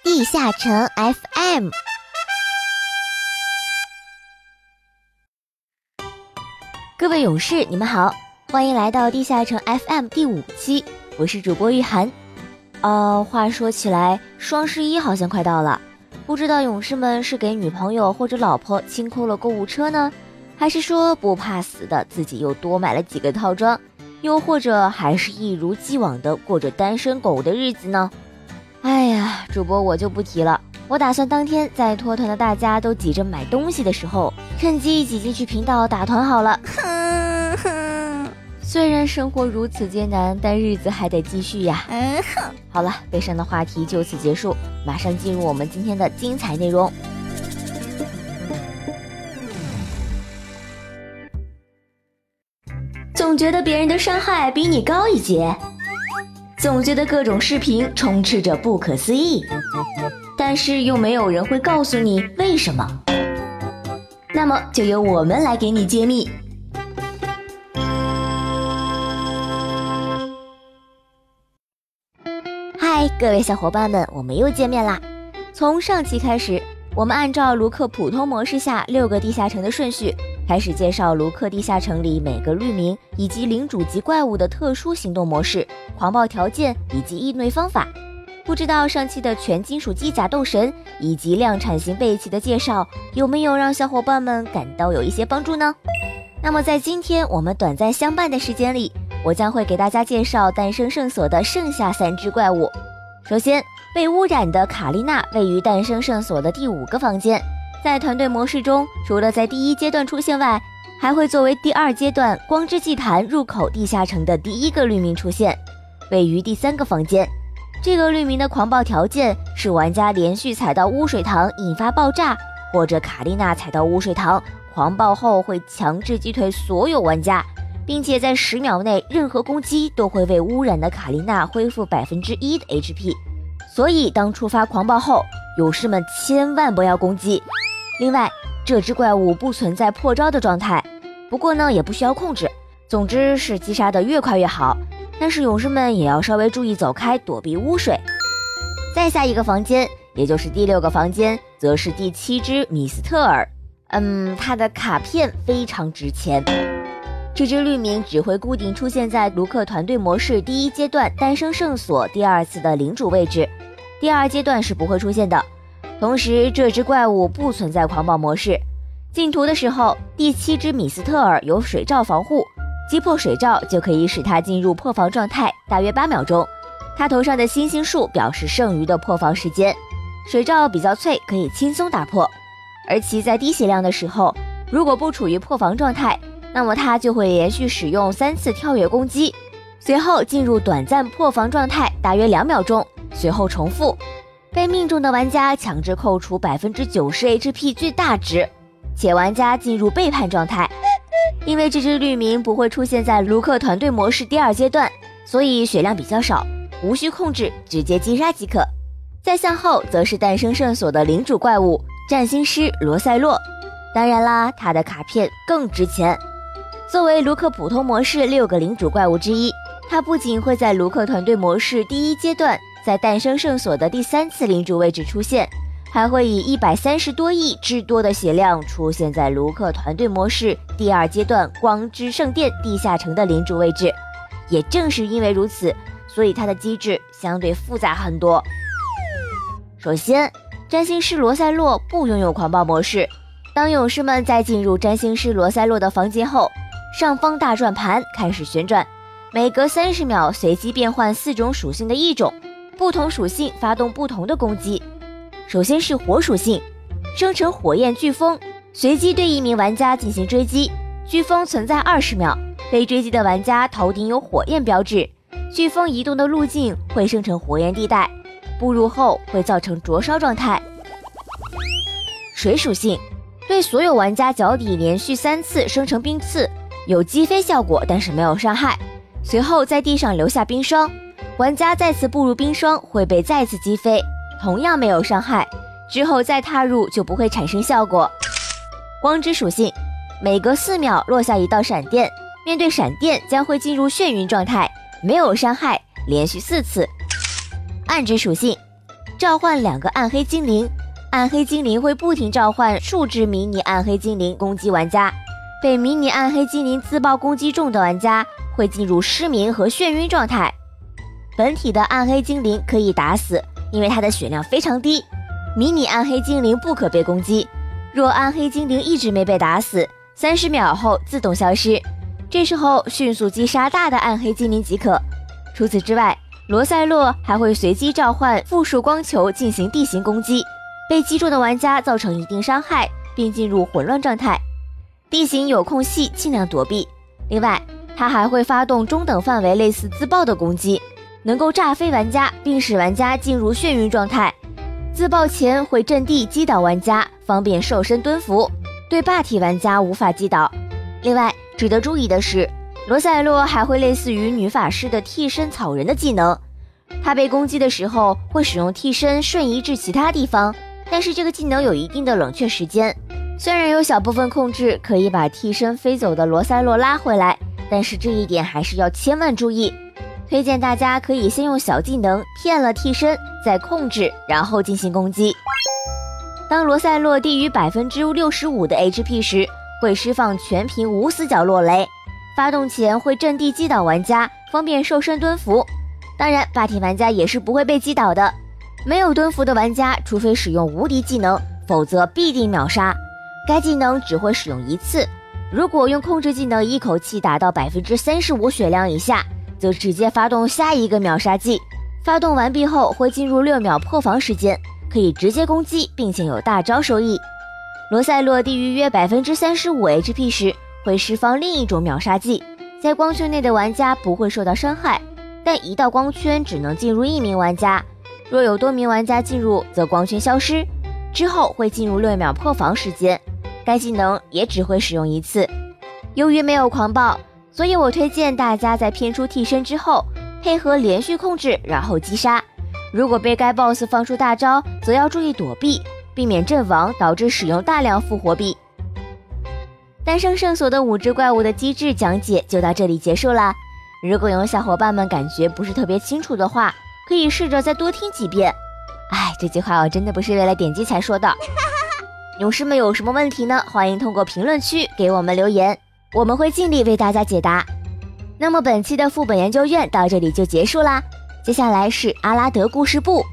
地下城 FM。 各位勇士你们好，欢迎来到地下城 FM 第5期，我是主播玉涵。话说起来，双十一好像快到了，不知道勇士们是给女朋友或者老婆清空了购物车呢，还是说不怕死的自己又多买了几个套装，又或者还是一如既往的过着单身狗的日子呢？哎呀，主播我就不提了，我打算当天在脱团的大家都挤着买东西的时候，趁机挤进去频道打团好了。虽然生活如此艰难，但日子还得继续呀。好了，悲伤的话题就此结束，马上进入我们今天的精彩内容。 总觉得别人的伤害比你高一截，总觉得各种视频充斥着不可思议，但是又没有人会告诉你为什么。那么就由我们来给你揭秘。 嗨，各位小伙伴们，我们又见面啦。从上期开始，我们按照卢克普通模式下6个地下城的顺序，开始介绍卢克地下城里每个绿名以及领主级怪物的特殊行动模式、狂暴条件以及应对方法。不知道上期的全金属机甲斗神以及量产型背鳍的介绍有没有让小伙伴们感到有一些帮助呢？那么在今天我们短暂相伴的时间里，我将会给大家介绍诞生圣所的剩下3只怪物。首先，被污染的卡丽娜位于诞生圣所的第5个房间，在团队模式中，除了在第1阶段出现外，还会作为第2阶段光之祭坛入口地下城的第1个绿名出现，位于第3个房间。这个绿名的狂暴条件是玩家连续踩到污水塘引发爆炸，或者卡丽娜踩到污水塘狂暴后会强制击退所有玩家，并且在10秒内任何攻击都会为污染的卡丽娜恢复 1% 的 HP， 所以当触发狂暴后，勇士们千万不要攻击。另外，这只怪物不存在破招的状态，不过呢也不需要控制，总之是击杀的越快越好，但是勇士们也要稍微注意走开，躲避污水。再下一个房间，也就是第6个房间，则是第7只米斯特尔。它的卡片非常值钱。这只绿名只会固定出现在卢克团队模式第1阶段诞生圣所第2次的领主位置，第2阶段是不会出现的。同时，这只怪物不存在狂暴模式。进图的时候，第7只米斯特尔有水罩防护，击破水罩就可以使它进入破防状态，大约8秒钟。它头上的星星数表示剩余的破防时间。水罩比较脆，可以轻松打破。而其在低血量的时候，如果不处于破防状态，那么它就会连续使用3次跳跃攻击，随后进入短暂破防状态，大约2秒钟，随后重复。被命中的玩家强制扣除 90% HP 最大值，且玩家进入背叛状态。因为这只绿名不会出现在卢克团队模式第2阶段，所以血量比较少，无需控制，直接击杀即可。再向后则是诞生圣所的领主怪物占星师罗塞洛，当然啦，他的卡片更值钱。作为卢克普通模式6个领主怪物之一，他不仅会在卢克团队模式第1阶段在诞生圣所的第3次领主位置出现，还会以130多亿之多的血量出现在卢克团队模式第2阶段光之圣殿地下城的领主位置。也正是因为如此，所以它的机制相对复杂很多。首先，占星师罗塞洛不拥有狂暴模式。当勇士们在进入占星师罗塞洛的房间后，上方大转盘开始旋转，每隔30秒随机变换4种属性的一种，不同属性发动不同的攻击。首先是火属性，生成火焰飓风，随机对一名玩家进行追击，飓风存在20秒，被追击的玩家头顶有火焰标志，飓风移动的路径会生成火焰地带，步入后会造成灼烧状态。水属性，对所有玩家脚底连续3次生成冰刺，有击飞效果，但是没有伤害，随后在地上留下冰霜，玩家再次步入冰霜会被再次击飞，同样没有伤害，之后再踏入就不会产生效果。光之属性，每隔4秒落下一道闪电，面对闪电将会进入眩晕状态，没有伤害，连续4次。暗之属性， 召唤2个暗黑精灵，暗黑精灵会不停召唤数只迷你暗黑精灵攻击玩家，被迷你暗黑精灵自爆攻击中的玩家会进入失明和眩晕状态。本体的暗黑精灵可以打死，因为它的血量非常低。迷你暗黑精灵不可被攻击，若暗黑精灵一直没被打死，30秒后自动消失，这时候迅速击杀大的暗黑精灵即可。除此之外，罗塞洛还会随机召唤复数光球进行地形攻击，被击中的玩家造成一定伤害，并进入混乱状态。地形有空隙尽量躲避。另外，它还会发动中等范围类似自爆的攻击，能够炸飞玩家并使玩家进入眩晕状态。自爆前会阵地击倒玩家，方便瘦身蹲伏，对霸体玩家无法击倒。另外值得注意的是，罗塞洛还会类似于女法师的替身草人的技能，他被攻击的时候会使用替身瞬移至其他地方，但是这个技能有一定的冷却时间。虽然有小部分控制可以把替身飞走的罗塞洛拉回来，但是这一点还是要千万注意。推荐大家可以先用小技能骗了替身，再控制，然后进行攻击。当罗塞洛低于 65% 的 HP 时，会释放全屏无死角落雷，发动前会阵地击倒玩家，方便瘦身蹲伏。当然霸体玩家也是不会被击倒的，没有蹲伏的玩家除非使用无敌技能，否则必定秒杀。该技能只会使用一次，如果用控制技能一口气达到 35% 血量以下，则直接发动下一个秒杀技，发动完毕后会进入6秒破防时间，可以直接攻击并且有大招收益。罗塞洛低于约 35% HP 时会释放另一种秒杀技，在光圈内的玩家不会受到伤害，但一到光圈只能进入1名玩家，若有多名玩家进入则光圈消失，之后会进入6秒破防时间，该技能也只会使用一次。由于没有狂暴，所以我推荐大家在骗出替身之后配合连续控制然后击杀，如果被该 BOSS 放出大招则要注意躲避，避免阵亡导致使用大量复活币。单生圣所的5只怪物的机制讲解就到这里结束啦。如果有小伙伴们感觉不是特别清楚的话，可以试着再多听几遍。这句话我真的不是为了点击才说的。勇士们有什么问题呢？欢迎通过评论区给我们留言，我们会尽力为大家解答。那么本期的副本研究院到这里就结束啦，接下来是阿拉德故事部。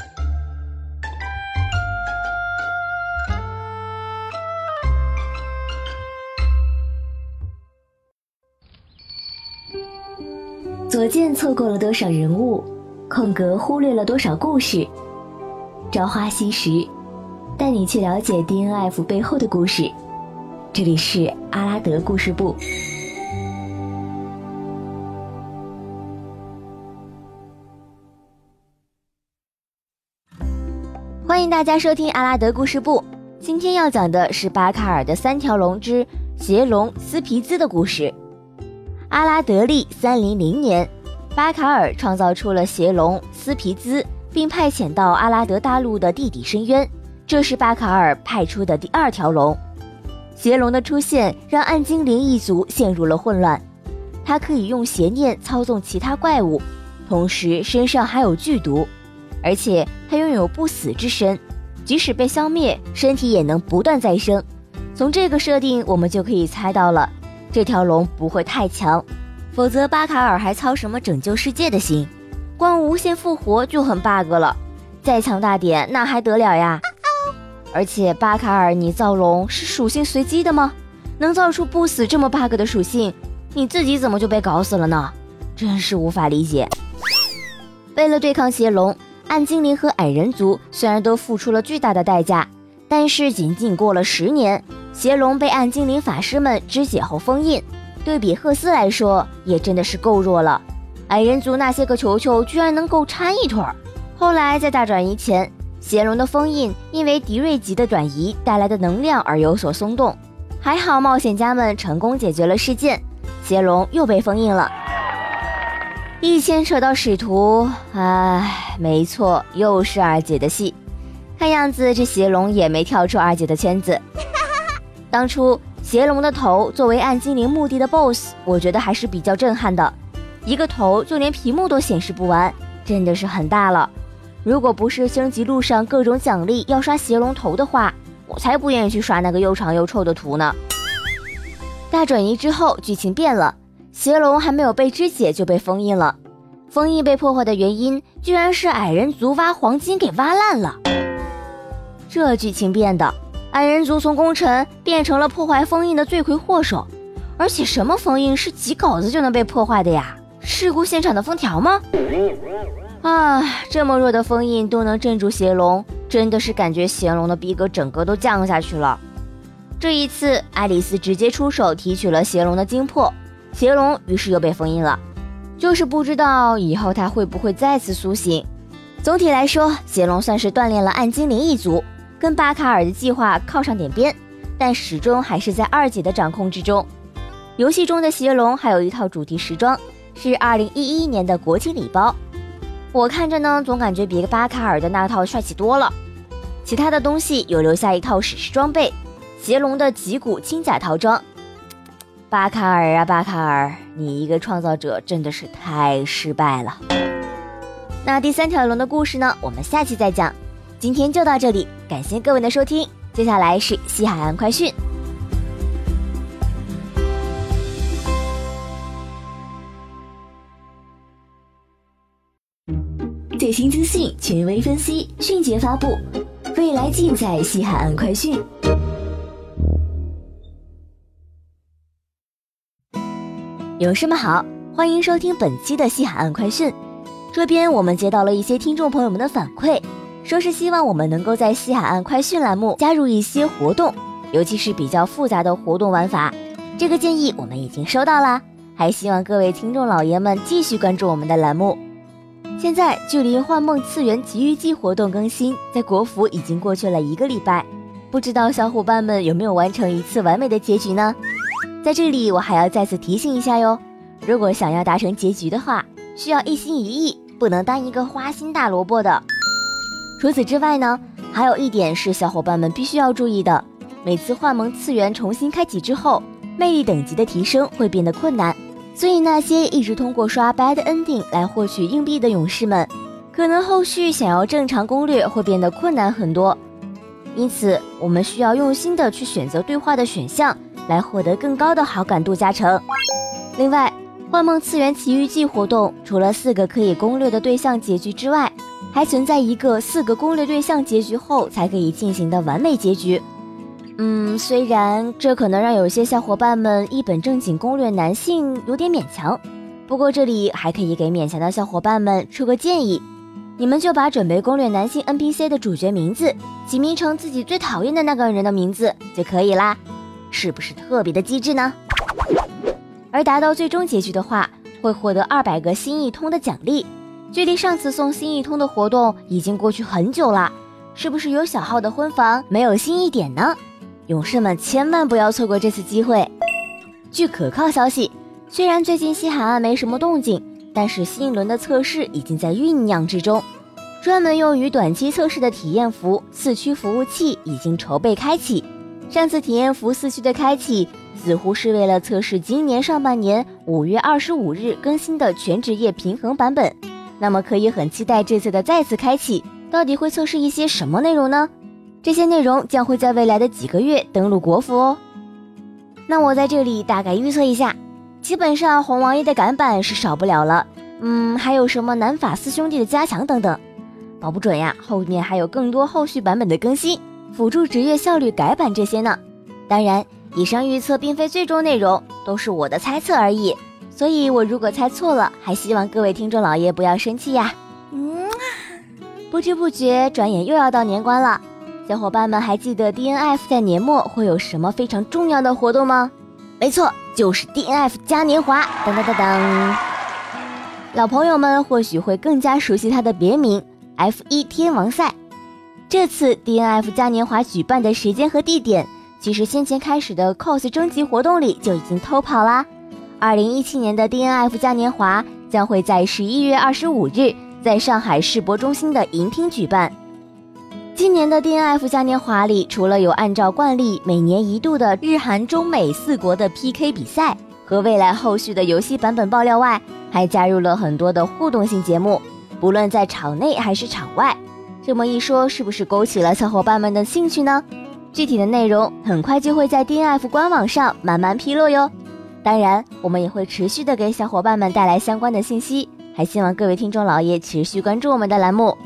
左键错过了多少人物，空格忽略了多少故事。朝花夕拾，带你去了解 DNF 背后的故事。这里是阿拉德故事部。 欢迎大家收听阿拉德故事部。今天要讲的是巴卡尔的3条龙之邪龙斯皮兹的故事。阿拉德利300年，巴卡尔创造出了邪龙斯皮兹，并派遣到阿拉德大陆的地底深渊，这是巴卡尔派出的第2条龙。邪龙的出现让暗精灵一族陷入了混乱，他可以用邪念操纵其他怪物，同时身上还有剧毒，而且他拥有不死之身，即使被消灭，身体也能不断再生。从这个设定我们就可以猜到了，这条龙不会太强，否则巴卡尔还操什么拯救世界的心？光无限复活就很 bug 了，再强大点那还得了呀？而且巴卡尔你造龙是属性随机的吗？能造出不死这么 bug 的属性，你自己怎么就被搞死了呢？真是无法理解。为了对抗邪龙，暗精灵和矮人族虽然都付出了巨大的代价，但是仅仅过了10年，邪龙被暗精灵法师们肢解后封印，对比赫斯来说也真的是够弱了。矮人族那些个球球居然能够掺一腿儿。后来在大转移前，邪龙的封印因为迪瑞级的转移带来的能量而有所松动，还好冒险家们成功解决了事件，邪龙又被封印了。一牵扯到使徒，没错，又是二姐的戏。看样子这邪龙也没跳出二姐的圈子。当初邪龙的头作为暗精灵墓地的 BOSS， 我觉得还是比较震撼的，一个头就连屏幕都显示不完，真的是很大了。 如果不是升级路上各种奖励要刷邪龙头的话，我才不愿意去刷那个又长又臭的图呢。大转移之后，剧情变了，邪龙还没有被肢解就被封印了。封印被破坏的原因，居然是矮人族挖黄金给挖烂了。这剧情变的，矮人族从功臣变成了破坏封印的罪魁祸首。而且什么封印是几稿子就能被破坏的呀？事故现场的封条吗？啊，这么弱的封印都能镇住邪龙，真的是感觉邪龙的逼格整个都降下去了。这一次，爱丽丝直接出手提取了邪龙的精魄，邪龙于是又被封印了。就是不知道以后他会不会再次苏醒。总体来说，邪龙算是锻炼了暗精灵一族，跟巴卡尔的计划靠上点边，但始终还是在二姐的掌控之中。游戏中的邪龙还有一套主题时装，是2011年的国庆礼包。我看着呢，总感觉比巴卡尔的那套帅气多了。其他的东西有留下一套史诗装备，邪龙的脊骨轻甲套装。巴卡尔啊巴卡尔，你一个创造者真的是太失败了。那第3条龙的故事呢，我们下期再讲。今天就到这里，感谢各位的收听。接下来是西海岸快讯。 最新资讯，权威分析，迅捷发布，未来尽在西海岸快讯。 勇士们好，欢迎收听本期的西海岸快讯。这边我们接到了一些听众朋友们的反馈，说是希望我们能够在西海岸快讯栏目加入一些活动，尤其是比较复杂的活动玩法。这个建议我们已经收到啦，还希望各位听众老爷们继续关注我们的栏目。现在距离幻梦次元奇遇记活动更新在国服已经过去了1个礼拜，不知道小伙伴们有没有完成一次完美的结局呢？在这里我还要再次提醒一下哟，如果想要达成结局的话，需要一心一意，不能当一个花心大萝卜的。除此之外呢，还有一点是小伙伴们必须要注意的，每次幻梦次元重新开启之后，魅力等级的提升会变得困难，所以那些一直通过刷 Bad Ending 来获取硬币的勇士们，可能后续想要正常攻略会变得困难很多。因此我们需要用心的去选择对话的选项，来获得更高的好感度加成。另外，幻梦次元奇遇记活动除了4个可以攻略的对象结局之外，还存在一个4个攻略对象结局后才可以进行的完美结局。虽然这可能让有些小伙伴们一本正经攻略男性有点勉强，不过这里还可以给勉强的小伙伴们出个建议，你们就把准备攻略男性 NPC 的主角名字起名成自己最讨厌的那个人的名字就可以啦，是不是特别的机智呢？而达到最终结局的话，会获得200个心意通的奖励。距离上次送心意通的活动已经过去很久了，是不是有小号的婚房没有心意点呢？勇士们千万不要错过这次机会。据可靠消息，虽然最近西海岸没什么动静，但是新一轮的测试已经在酝酿之中。专门用于短期测试的体验服4区服务器已经筹备开启。上次体验服4区的开启似乎是为了测试今年上半年5月25日更新的全职业平衡版本，那么可以很期待这次的再次开启到底会测试一些什么内容呢？这些内容将会在未来的几个月登陆国服哦。那我在这里大概预测一下，基本上红王爷的改版是少不了了，还有什么南法4兄弟的加强等等，保不准呀，后面还有更多后续版本的更新，辅助职业效率改版这些呢。当然，以上预测并非最终内容，都是我的猜测而已，所以我如果猜错了，还希望各位听众老爷不要生气呀。不知不觉转眼又要到年关了，小伙伴们还记得 DNF 在年末会有什么非常重要的活动吗？没错，就是 DNF 嘉年华，当当当当。老朋友们或许会更加熟悉它的别名 F1 天王赛。这次 DNF 嘉年华举办的时间和地点，其实先前开始的 cos 征集活动里就已经偷跑啦。2017年的 DNF 嘉年华将会在11月25日在上海世博中心的迎厅举办。今年的 DNF 嘉年华里，除了有按照惯例每年一度的日韩中美4国的 PK 比赛和未来后续的游戏版本爆料外，还加入了很多的互动性节目， 不论在场内还是场外。这么一说，是不是勾起了小伙伴们的兴趣呢？具体的内容很快就会在 DNF 官网上慢慢披露哟。当然，我们也会持续的给小伙伴们带来相关的信息，还希望各位听众老爷持续关注我们的栏目。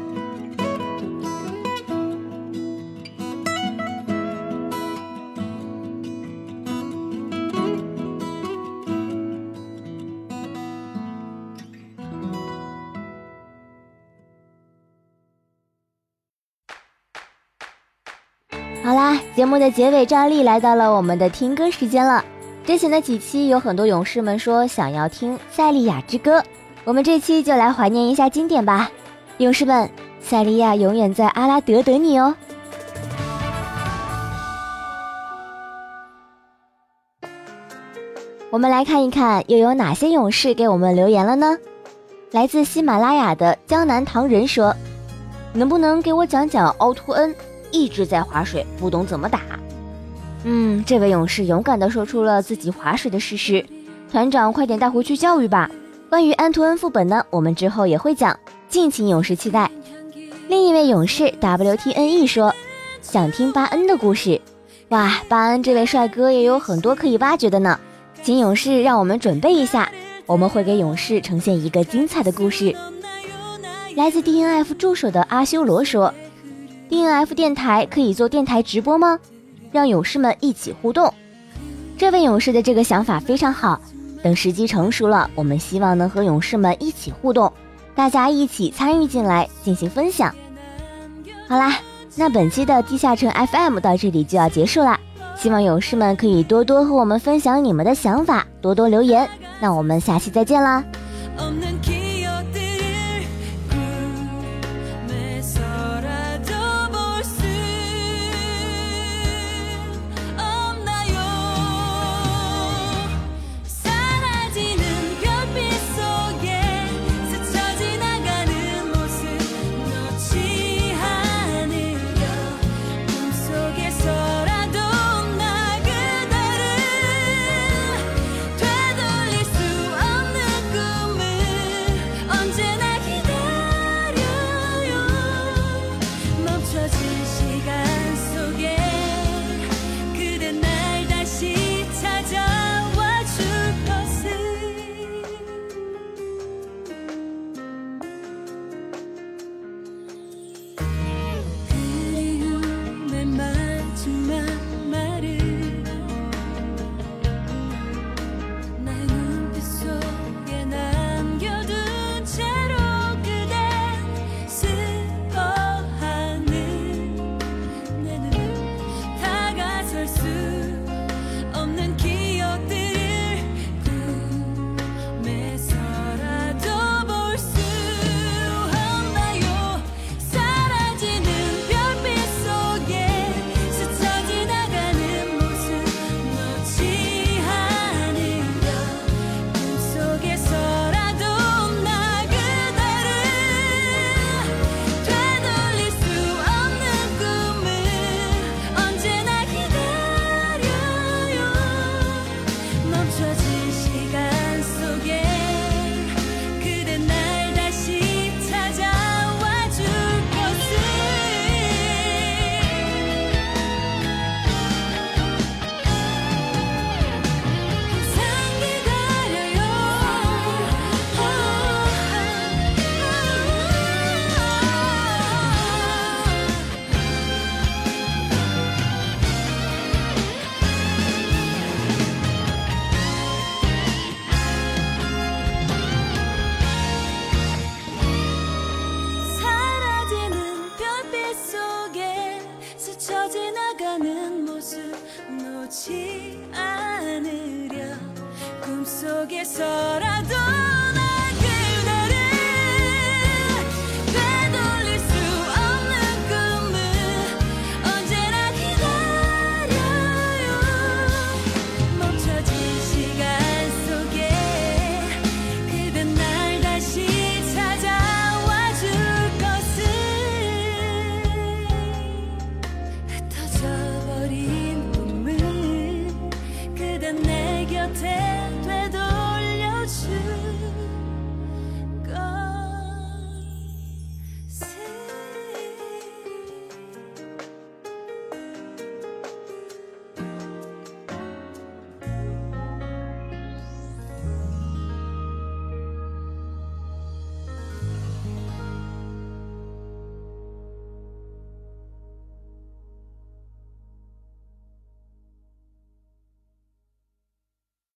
好啦，节目的结尾照例来到了我们的听歌时间了。之前的几期有很多勇士们说想要听塞利亚之歌，我们这期就来怀念一下经典吧。勇士们，塞利亚永远在阿拉德等你哦。我们来看一看又有哪些勇士给我们留言了呢？来自喜马拉雅的江南唐人说，能不能给我讲讲凹凸恩一直在划水，不懂怎么打。这位勇士勇敢地说出了自己划水的事实，团长快点带回去教育吧。关于安图恩副本呢，我们之后也会讲，敬请勇士期待。另一位勇士 WTNE 说，想听巴恩的故事。哇，巴恩这位帅哥也有很多可以挖掘的呢，请勇士让我们准备一下，我们会给勇士呈现一个精彩的故事。来自 DNF 助手的阿修罗说， DNF 电台可以做电台直播吗？让勇士们一起互动。这位勇士的这个想法非常好，等时机成熟了，我们希望能和勇士们一起互动，大家一起参与进来进行分享。好啦，那本期的地下城 FM 到这里就要结束啦，希望勇士们可以多多和我们分享你们的想法，多多留言。那我们下期再见啦。놓지 않으려 꿈속에서라도